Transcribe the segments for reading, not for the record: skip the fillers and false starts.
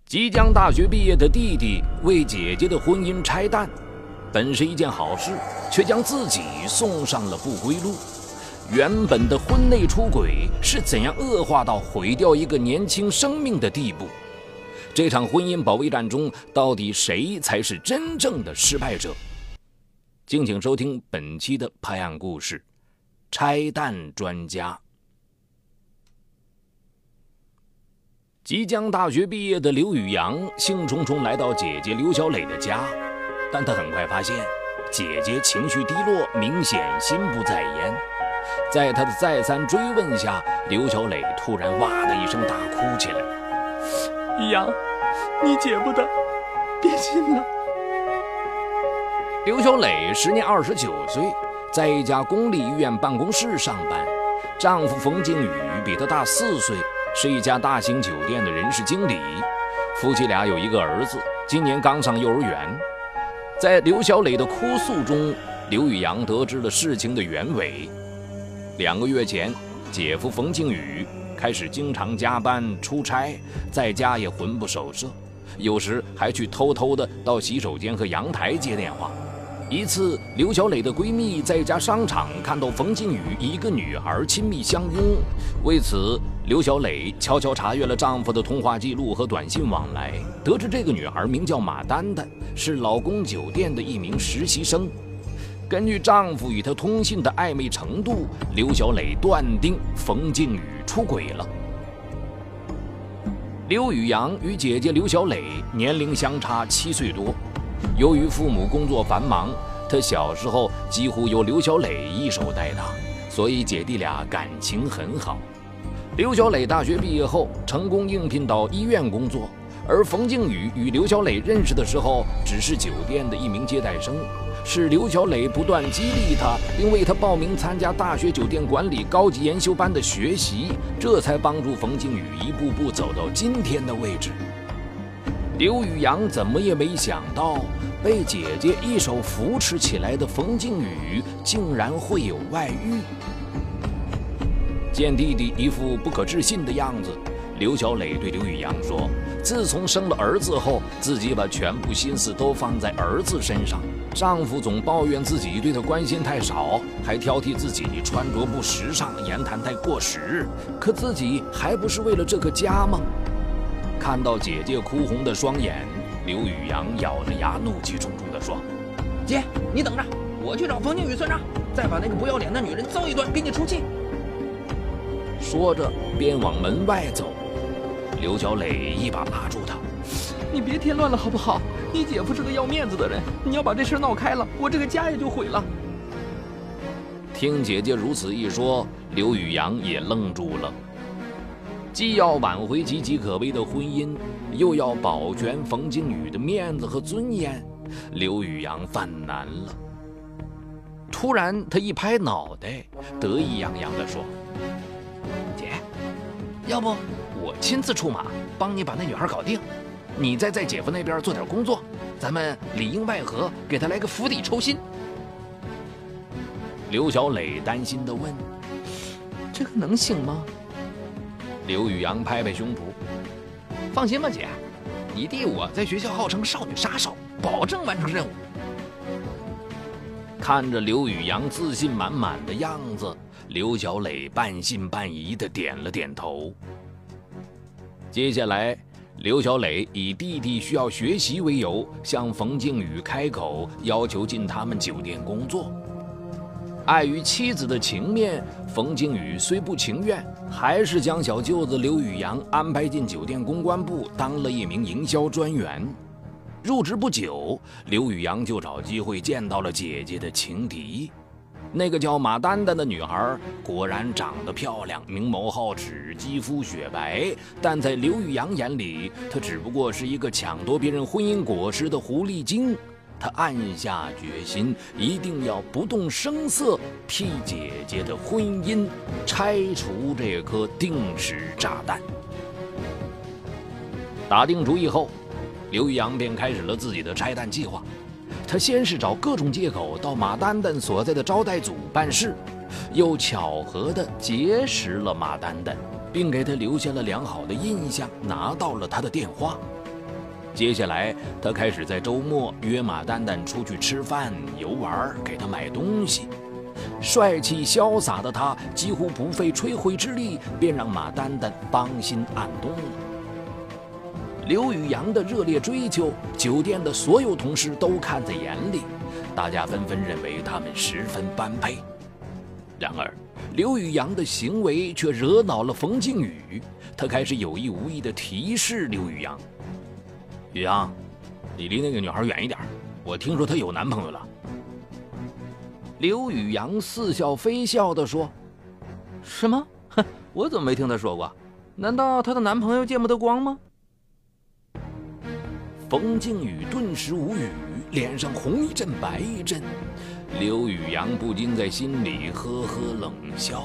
即将大学毕业的弟弟为姐姐的婚姻拆弹，本是一件好事，却将自己送上了不归路。原本的婚内出轨是怎样恶化到毁掉一个年轻生命的地步？这场婚姻保卫战中，到底谁才是真正的失败者？敬请收听本期的拍案故事《拆弹专家》。即将大学毕业的刘宇阳兴冲冲来到姐姐刘小磊的家，但他很快发现姐姐情绪低落，明显心不在焉。在他的再三追问下，刘小磊突然哇的一声大哭起来。 宇阳，你姐夫的，别信了。 刘小磊时年29岁，在一家公立医院办公室上班，丈夫冯靖宇比他大4岁，是一家大型酒店的人事经理，夫妻俩有一个儿子，今年刚上幼儿园。在刘小磊的哭诉中，刘宇阳得知了事情的原委。2个月前，姐夫冯靖宇开始经常加班出差，在家也魂不守舍，有时还去偷偷的到洗手间和阳台接电话。一次，刘小磊的闺蜜在一家商场看到冯靖宇与一个女孩亲密相拥，为此刘小磊悄悄查阅了丈夫的通话记录和短信往来，得知这个女孩名叫马丹丹，是老公酒店的一名实习生。根据丈夫与她通信的暧昧程度，刘小磊断定冯靖宇出轨了。刘宇阳与姐姐刘小磊年龄相差7岁多，由于父母工作繁忙，他小时候几乎由刘小磊一手带大，所以姐弟俩感情很好。刘小磊大学毕业后成功应聘到医院工作，而冯靖宇与刘小磊认识的时候只是酒店的一名接待生，是刘小磊不断激励他，并为他报名参加大学酒店管理高级研修班的学习，这才帮助冯靖宇一步步走到今天的位置。刘宇阳怎么也没想到，被姐姐一手扶持起来的冯靖宇竟然会有外遇。见弟弟一副不可置信的样子，刘小磊对刘宇阳说，自从生了儿子后，自己把全部心思都放在儿子身上，丈夫总抱怨自己对他关心太少，还挑剔自己穿着不时尚，言谈太过时，可自己还不是为了这个家吗？看到姐姐哭红的双眼，刘宇阳咬着牙怒气冲冲地说， 姐，你等着，我去找冯靖宇算账，再把那个不要脸的女人揍一顿给你出气。 说着便往门外走。刘小磊一把拉住他， 你别添乱了好不好？你姐夫是个要面子的人，你要把这事闹开了，我这个家也就毁了。 听姐姐如此一说，刘宇阳也愣住了。既要挽回岌岌可危的婚姻，又要保全冯靖宇的面子和尊严，刘宇阳犯难了。突然他一拍脑袋，得意洋洋地说，姐，要不我亲自出马帮你把那女孩搞定，你再在姐夫那边做点工作，咱们里应外合，给他来个釜底抽薪。刘小磊担心地问， 这个能行吗？ 刘宇阳拍拍胸脯， 放心吧姐，你弟我在学校号称少女杀手，保证完成任务。 看着刘宇阳自信满满的样子，刘小磊半信半疑地点了点头。接下来，刘小磊以弟弟需要学习为由，向冯靖宇开口要求进他们酒店工作。碍于妻子的情面，冯靖宇虽不情愿，还是将小舅子刘宇阳安排进酒店公关部当了一名营销专员。入职不久，刘宇阳就找机会见到了姐姐的情敌。那个叫马丹丹的女孩果然长得漂亮，明眸皓齿，肌肤雪白，但在刘宇阳眼里，她只不过是一个抢夺别人婚姻果实的狐狸精。他暗下决心，一定要不动声色替姐姐的婚姻拆除这颗定时炸弹。打定主意后，刘宇阳便开始了自己的拆弹计划。他先是找各种借口到马丹丹所在的招待组办事，又巧合地结识了马丹丹，并给她留下了良好的印象，拿到了她的电话。 接下来，他开始在周末约马丹丹出去吃饭、游玩，给他买东西。帅气潇洒的他几乎不费吹灰之力，便让马丹丹芳心暗动了。刘宇阳的热烈追求，酒店的所有同事都看在眼里，大家纷纷认为他们十分般配。然而，刘宇阳的行为却惹恼了冯靖宇，他开始有意无意地提示刘宇阳：“宇阳，你离那个女孩远一点，我听说她有男朋友了。”刘宇阳似笑非笑地说：“ 什么？哼，我怎么没听她说过？难道她的男朋友见不得光吗？” 冯靖宇顿时无语，脸上红一阵白一阵。刘宇阳不禁在心里呵呵冷笑。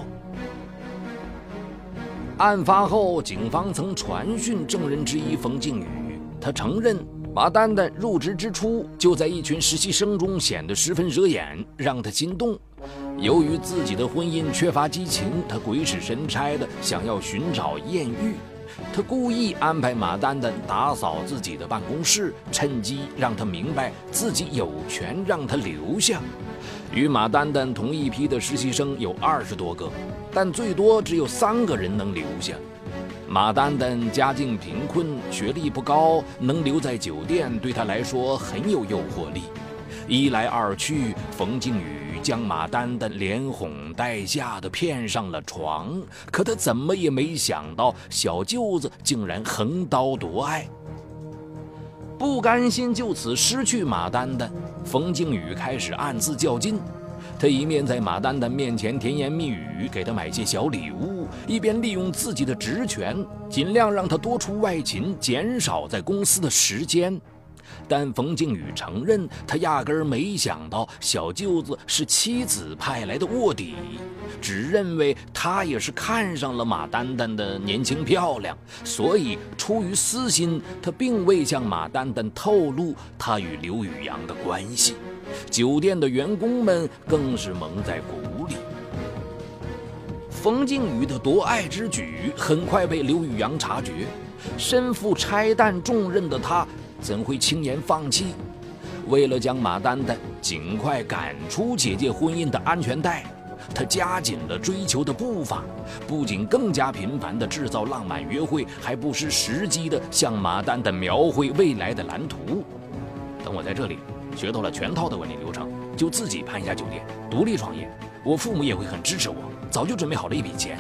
案发后，警方曾传讯证人之一冯靖宇，他承认马丹丹入职之初就在一群实习生中显得十分惹眼，让他心动。由于自己的婚姻缺乏激情，他鬼使神差的想要寻找艳遇。他故意安排马丹丹打扫自己的办公室，趁机让他明白自己有权让他留下。与马丹丹同一批的实习生有20多个，但最多只有3个人能留下。马丹丹家境贫困，学历不高，能留在酒店对他来说很有诱惑力。一来二去，冯靖宇将马丹丹连哄带吓地骗上了床，可他怎么也没想到小舅子竟然横刀夺爱。不甘心就此失去马丹丹，冯靖宇开始暗自较劲。他一面在马丹丹面前甜言蜜语，给她买些小礼物，一边利用自己的职权，尽量让她多出外勤，减少在公司的时间。但冯靖宇承认，他压根儿没想到小舅子是妻子派来的卧底，只认为他也是看上了马丹丹的年轻漂亮，所以出于私心，他并未向马丹丹透露他与刘宇阳的关系。酒店的员工们更是蒙在鼓里。冯靖宇的夺爱之举很快被刘宇阳察觉，身负拆弹重任的他怎会轻言放弃？为了将马丹丹尽快赶出姐姐婚姻的安全带，他加紧了追求的步伐，不仅更加频繁地制造浪漫约会，还不失时机地向马丹丹描绘未来的蓝图。等我在这里学到了全套的管理流程，就自己盘下酒店，独立创业，我父母也会很支持我，早就准备好了一笔钱。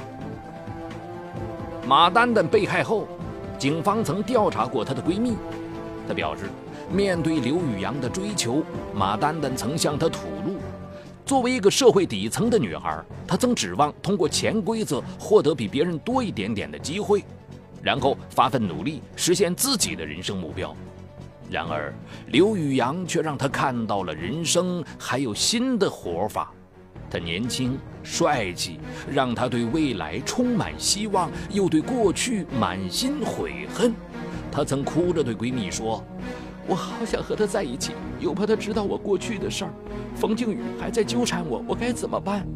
马丹丹被害后，警方曾调查过她的闺蜜，她表示，面对刘宇阳的追求，马丹丹曾向她吐露，作为一个社会底层的女孩，她曾指望通过潜规则获得比别人多一点点的机会，然后发奋努力实现自己的人生目标。然而，刘宇阳却让她看到了人生还有新的活法。他年轻帅气，让他对未来充满希望，又对过去满心悔恨。他曾哭着对闺蜜说：“ 我好想和他在一起，又怕他知道我过去的事儿。冯靖宇还在纠缠我，我该怎么办？”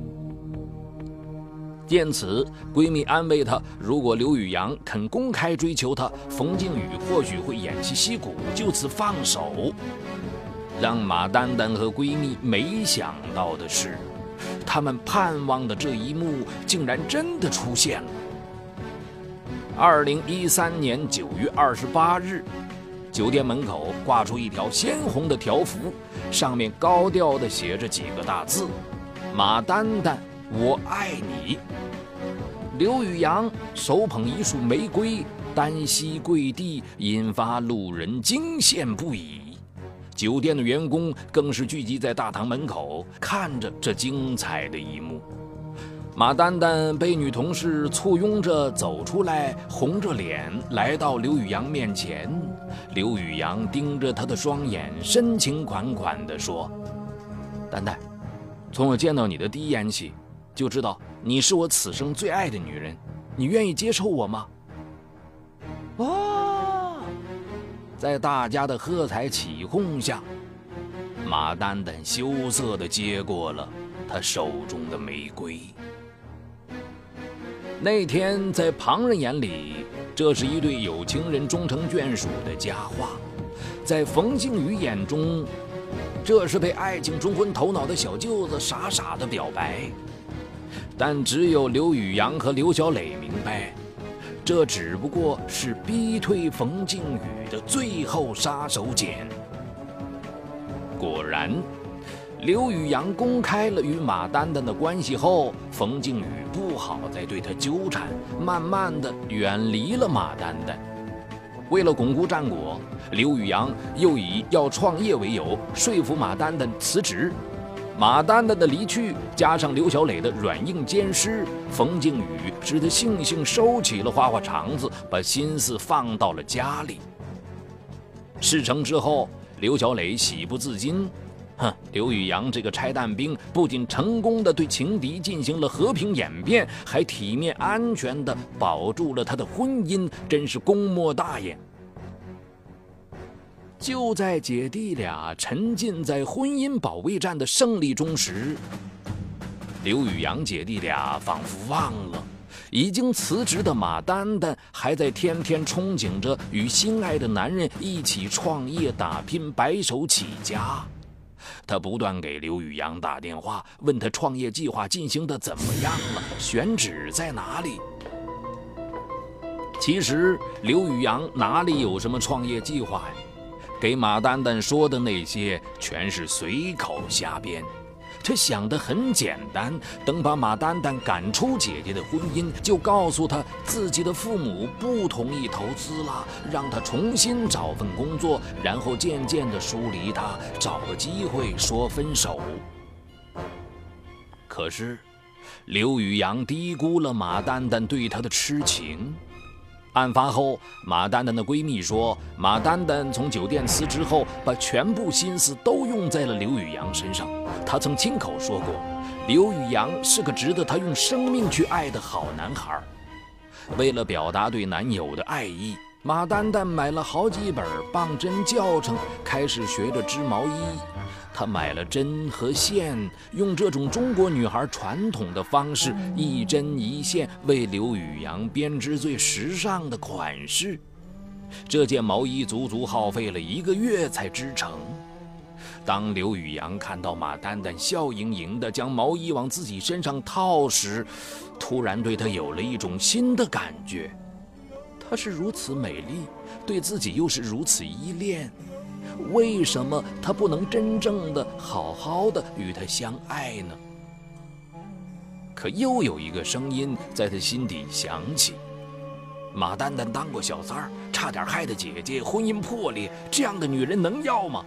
见此，闺蜜安慰她，如果刘宇阳肯公开追求她，冯靖宇或许会偃旗息鼓，就此放手。让马丹丹和闺蜜没想到的是，他们盼望的这一幕竟然真的出现了。2013年9月28日，酒店门口挂出一条鲜红的条幅，上面高调地写着几个大字：“马丹丹，我爱你。”刘宇阳手捧一束玫瑰，单膝跪地，引发路人惊羡不已。酒店的员工更是聚集在大堂门口，看着这精彩的一幕。马丹丹被女同事簇拥着走出来，红着脸来到刘宇阳面前。刘宇阳盯着她的双眼，深情款款地说：“丹丹，从我见到你的第一眼起，就知道你是我此生最爱的女人，你愿意接受我吗？” 哇！ 在大家的喝彩起哄下，马丹丹羞涩地接过了她手中的玫瑰。那天在旁人眼里，这是一对有情人终成眷属的佳话， 在冯静宇眼中，这是被爱情冲昏头脑的小舅子傻傻的表白。但只有刘宇阳和刘小磊明白，这只不过是逼退冯静宇的最后杀手锏。果然，刘宇阳公开了与马丹丹的关系后，冯静宇不好再对他纠缠，慢慢的远离了马丹丹。为了巩固战果，刘宇阳又以要创业为由说服马丹丹辞职。马丹丹的离去，加上刘小磊的软硬兼施，冯静宇使得悻悻收起了花花肠子，把心思放到了家里。事成之后，刘小磊喜不自禁。刘宇阳这个拆弹兵不仅成功地对情敌进行了和平演变，还体面安全地保住了他的婚姻，真是功莫大焉。就在姐弟俩沉浸在婚姻保卫战的胜利中时，刘宇阳姐弟俩仿佛忘了已经辞职的马丹丹还在天天憧憬着与心爱的男人一起创业打拼，白手起家。他不断给刘宇阳打电话，问他创业计划进行的怎么样了，选址在哪里。其实刘宇阳哪里有什么创业计划呀？给马丹丹说的那些全是随口瞎编。他想得很简单，等把马丹丹赶出姐姐的婚姻，就告诉她自己的父母不同意投资了，让她重新找份工作，然后渐渐地疏离她，找个机会说分手。可是刘宇阳低估了马丹丹对他的痴情。案发后，马丹丹的闺蜜说，马丹丹从酒店辞职后，把全部心思都用在了刘宇阳身上。她曾亲口说过，刘宇阳是个值得她用生命去爱的好男孩。为了表达对男友的爱意，马丹丹买了好几本棒针教程，开始学着织毛衣。她买了针和线，用这种中国女孩传统的方式，一针一线为刘宇阳编织最时尚的款式。这件毛衣足足耗费了1个月才织成。当刘宇阳看到马丹丹笑盈盈地将毛衣往自己身上套时，突然对她有了一种新的感觉。她是如此美丽，对自己又是如此依恋，为什么他不能真正的好好的与她相爱呢？可又有一个声音在他心底响起，马丹丹当过小三儿，差点害得姐姐婚姻破裂，这样的女人能要吗？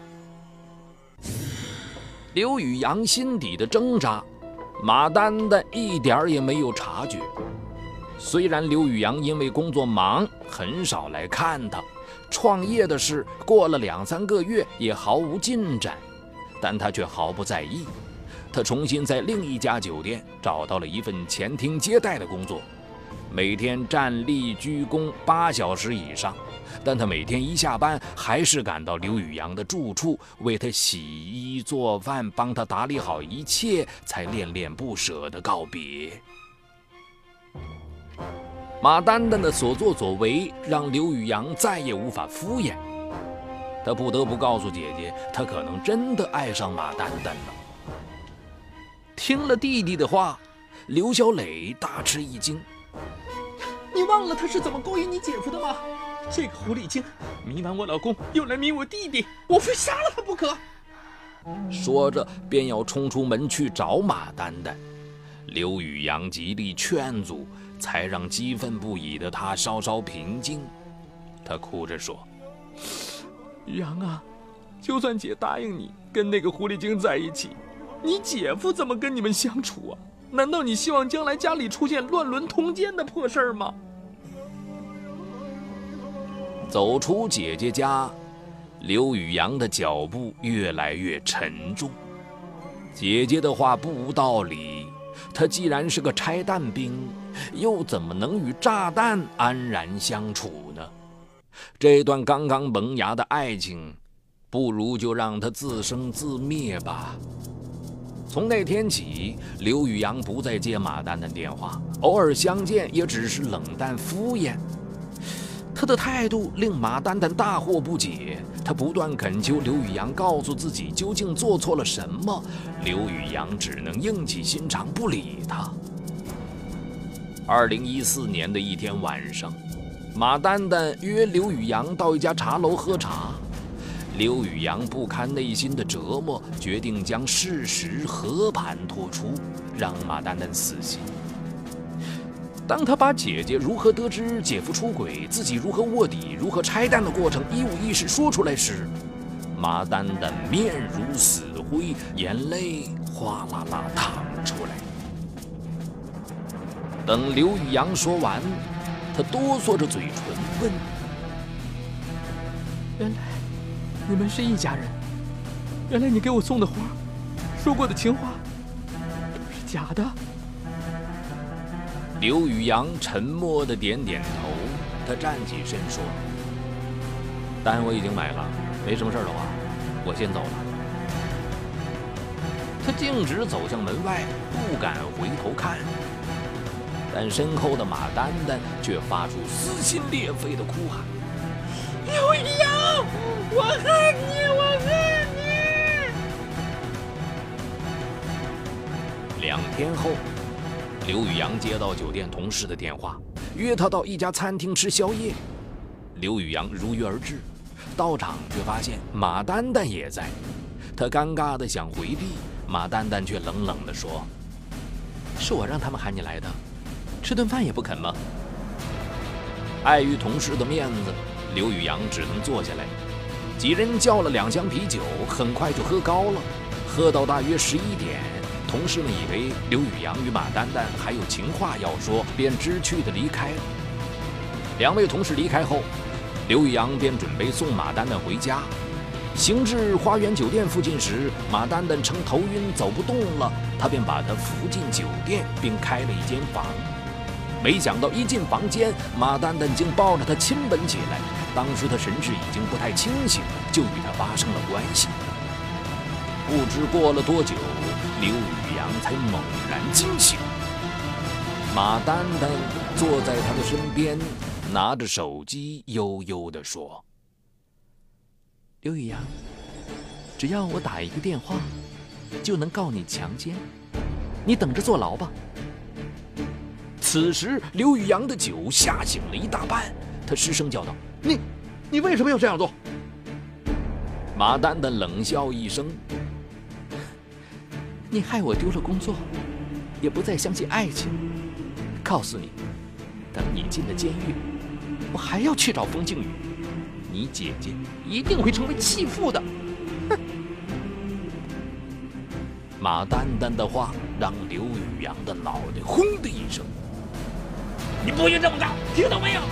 刘宇阳心底的挣扎，马丹丹一点也没有察觉。虽然刘宇阳因为工作忙很少来看他，创业的事过了2、3个月也毫无进展，但他却毫不在意。他重新在另一家酒店找到了一份前厅接待的工作，每天站立鞠躬8小时以上，但他每天一下班还是赶到刘宇阳的住处，为他洗衣做饭，帮他打理好一切，才恋恋不舍地告别。马丹丹的所作所为让刘宇阳再也无法敷衍，他不得不告诉姐姐，他可能真的爱上马丹丹了。听了弟弟的话，刘小磊大吃一惊。 你忘了他是怎么勾引你姐夫的吗？这个狐狸精迷完我老公，又来迷我弟弟，我非杀了他不可。 说着便要冲出门去找马丹丹。刘宇阳极力劝阻，才让激愤不已的他稍稍平静。他哭着说： 宇阳啊，就算姐答应你跟那个狐狸精在一起，你姐夫怎么跟你们相处啊？难道你希望将来家里出现乱伦通奸的破事儿吗？ 走出姐姐家，刘宇阳的脚步越来越沉重。姐姐的话不无道理，他既然是个拆弹兵，又怎么能与炸弹安然相处呢？这段刚刚萌芽的爱情，不如就让它自生自灭吧。从那天起，刘宇阳不再接马丹丹电话，偶尔相见也只是冷淡敷衍。 他的态度令马丹丹大惑不解，他不断恳求刘宇阳告诉自己究竟做错了什么。刘宇阳只能硬起心肠不理他。2014年的一天晚上，马丹丹约刘宇阳到一家茶楼喝茶。刘宇阳不堪内心的折磨，决定将事实和盘托出，让马丹丹死心。当他把姐姐如何得知姐夫出轨，自己如何卧底、如何拆弹的过程一五一十说出来时，马丹丹面如死灰，眼泪哗啦啦淌出来。等刘宇阳说完，他哆嗦着嘴唇问：“ 原来你们是一家人？原来你给我送的花，说过的情话，都是假的？” 刘宇阳沉默地点点头，他站起身说：“单我已经买了，没什么事的话，我先走了。”他径直走向门外，不敢回头看，但身后的马丹丹却发出撕心裂肺的哭喊：“ 刘宇阳，我恨你，我恨你！” 2天后，刘宇阳接到酒店同事的电话，约他到一家餐厅吃宵夜。刘宇阳如约而至，到场却发现马丹丹也在。他尴尬地想回避，马丹丹却冷冷地说：“是我让他们喊你来的，吃顿饭也不肯吗？”碍于同事的面子，刘宇阳只能坐下来。几人叫了2箱啤酒，很快就喝高了。喝到大约11点，同事们以为刘宇阳与马丹丹还有情话要说，便知趣地离开了。2位同事离开后，刘宇阳便准备送马丹丹回家。行至花园酒店附近时，马丹丹称头晕走不动了，他便把她扶进酒店，并开了一间房。没想到一进房间，马丹丹竟抱着他亲吻起来。当时他神志已经不太清醒，就与他发生了关系。不知过了多久，刘宇阳才猛然惊醒。马丹丹坐在他的身边，拿着手机悠悠地说：“刘宇阳，只要我打一个电话，就能告你强奸，你等着坐牢吧。”此时，刘宇阳的酒吓醒了一大半，他失声叫道：“你为什么要这样做？”马丹丹冷笑一声：“你害我丢了工作，也不再相信爱情。告诉你，等你进了监狱，我还要去找风静雨，你姐姐一定会成为弃妇的。”哼！马丹丹的话让刘宇阳的脑袋轰的一声：“你不许这么干，听到没有？”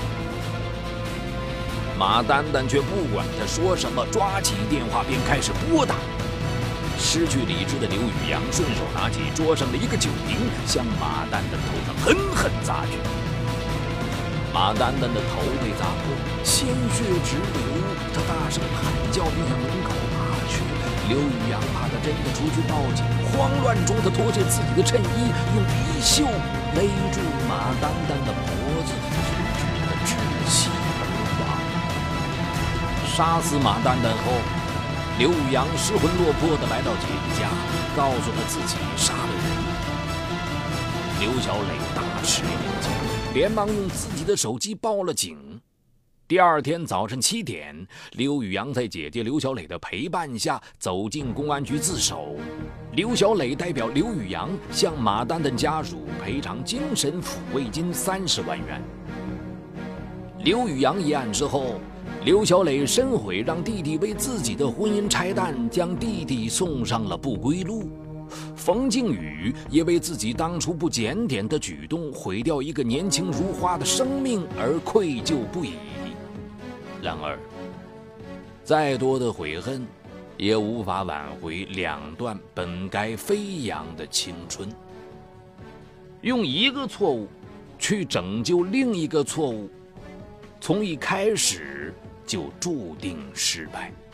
马丹丹却不管他说什么，抓起电话便开始拨打。失去理智的刘宇阳顺手拿起桌上的一个酒瓶，向马丹丹头上狠狠砸去。马丹丹的头被砸破，鲜血直流，他大声喊叫，并向门口爬去。刘宇阳怕他真的出去报警，慌乱中他脱下自己的衬衣，用衣袖勒住马丹丹的脖子，直至他窒息而亡。杀死马丹丹后，刘宇阳失魂落魄地来到姐姐家，告诉她自己杀了人。刘小磊大吃一惊，连忙用自己的手机报了警。第2天早晨7点，刘宇阳在姐姐刘小磊的陪伴下走进公安局自首。刘小磊代表刘宇阳向马丹丹家属赔偿精神抚慰金30万元。刘宇阳一案之后，刘小磊深悔让弟弟为自己的婚姻拆弹，将弟弟送上了不归路。冯静宇也为自己当初不检点的举动，毁掉一个年轻如花的生命而愧疚不已。然而，再多的悔恨，也无法挽回2段本该飞扬的青春。用一个错误去拯救另一个错误，从一开始就注定失败。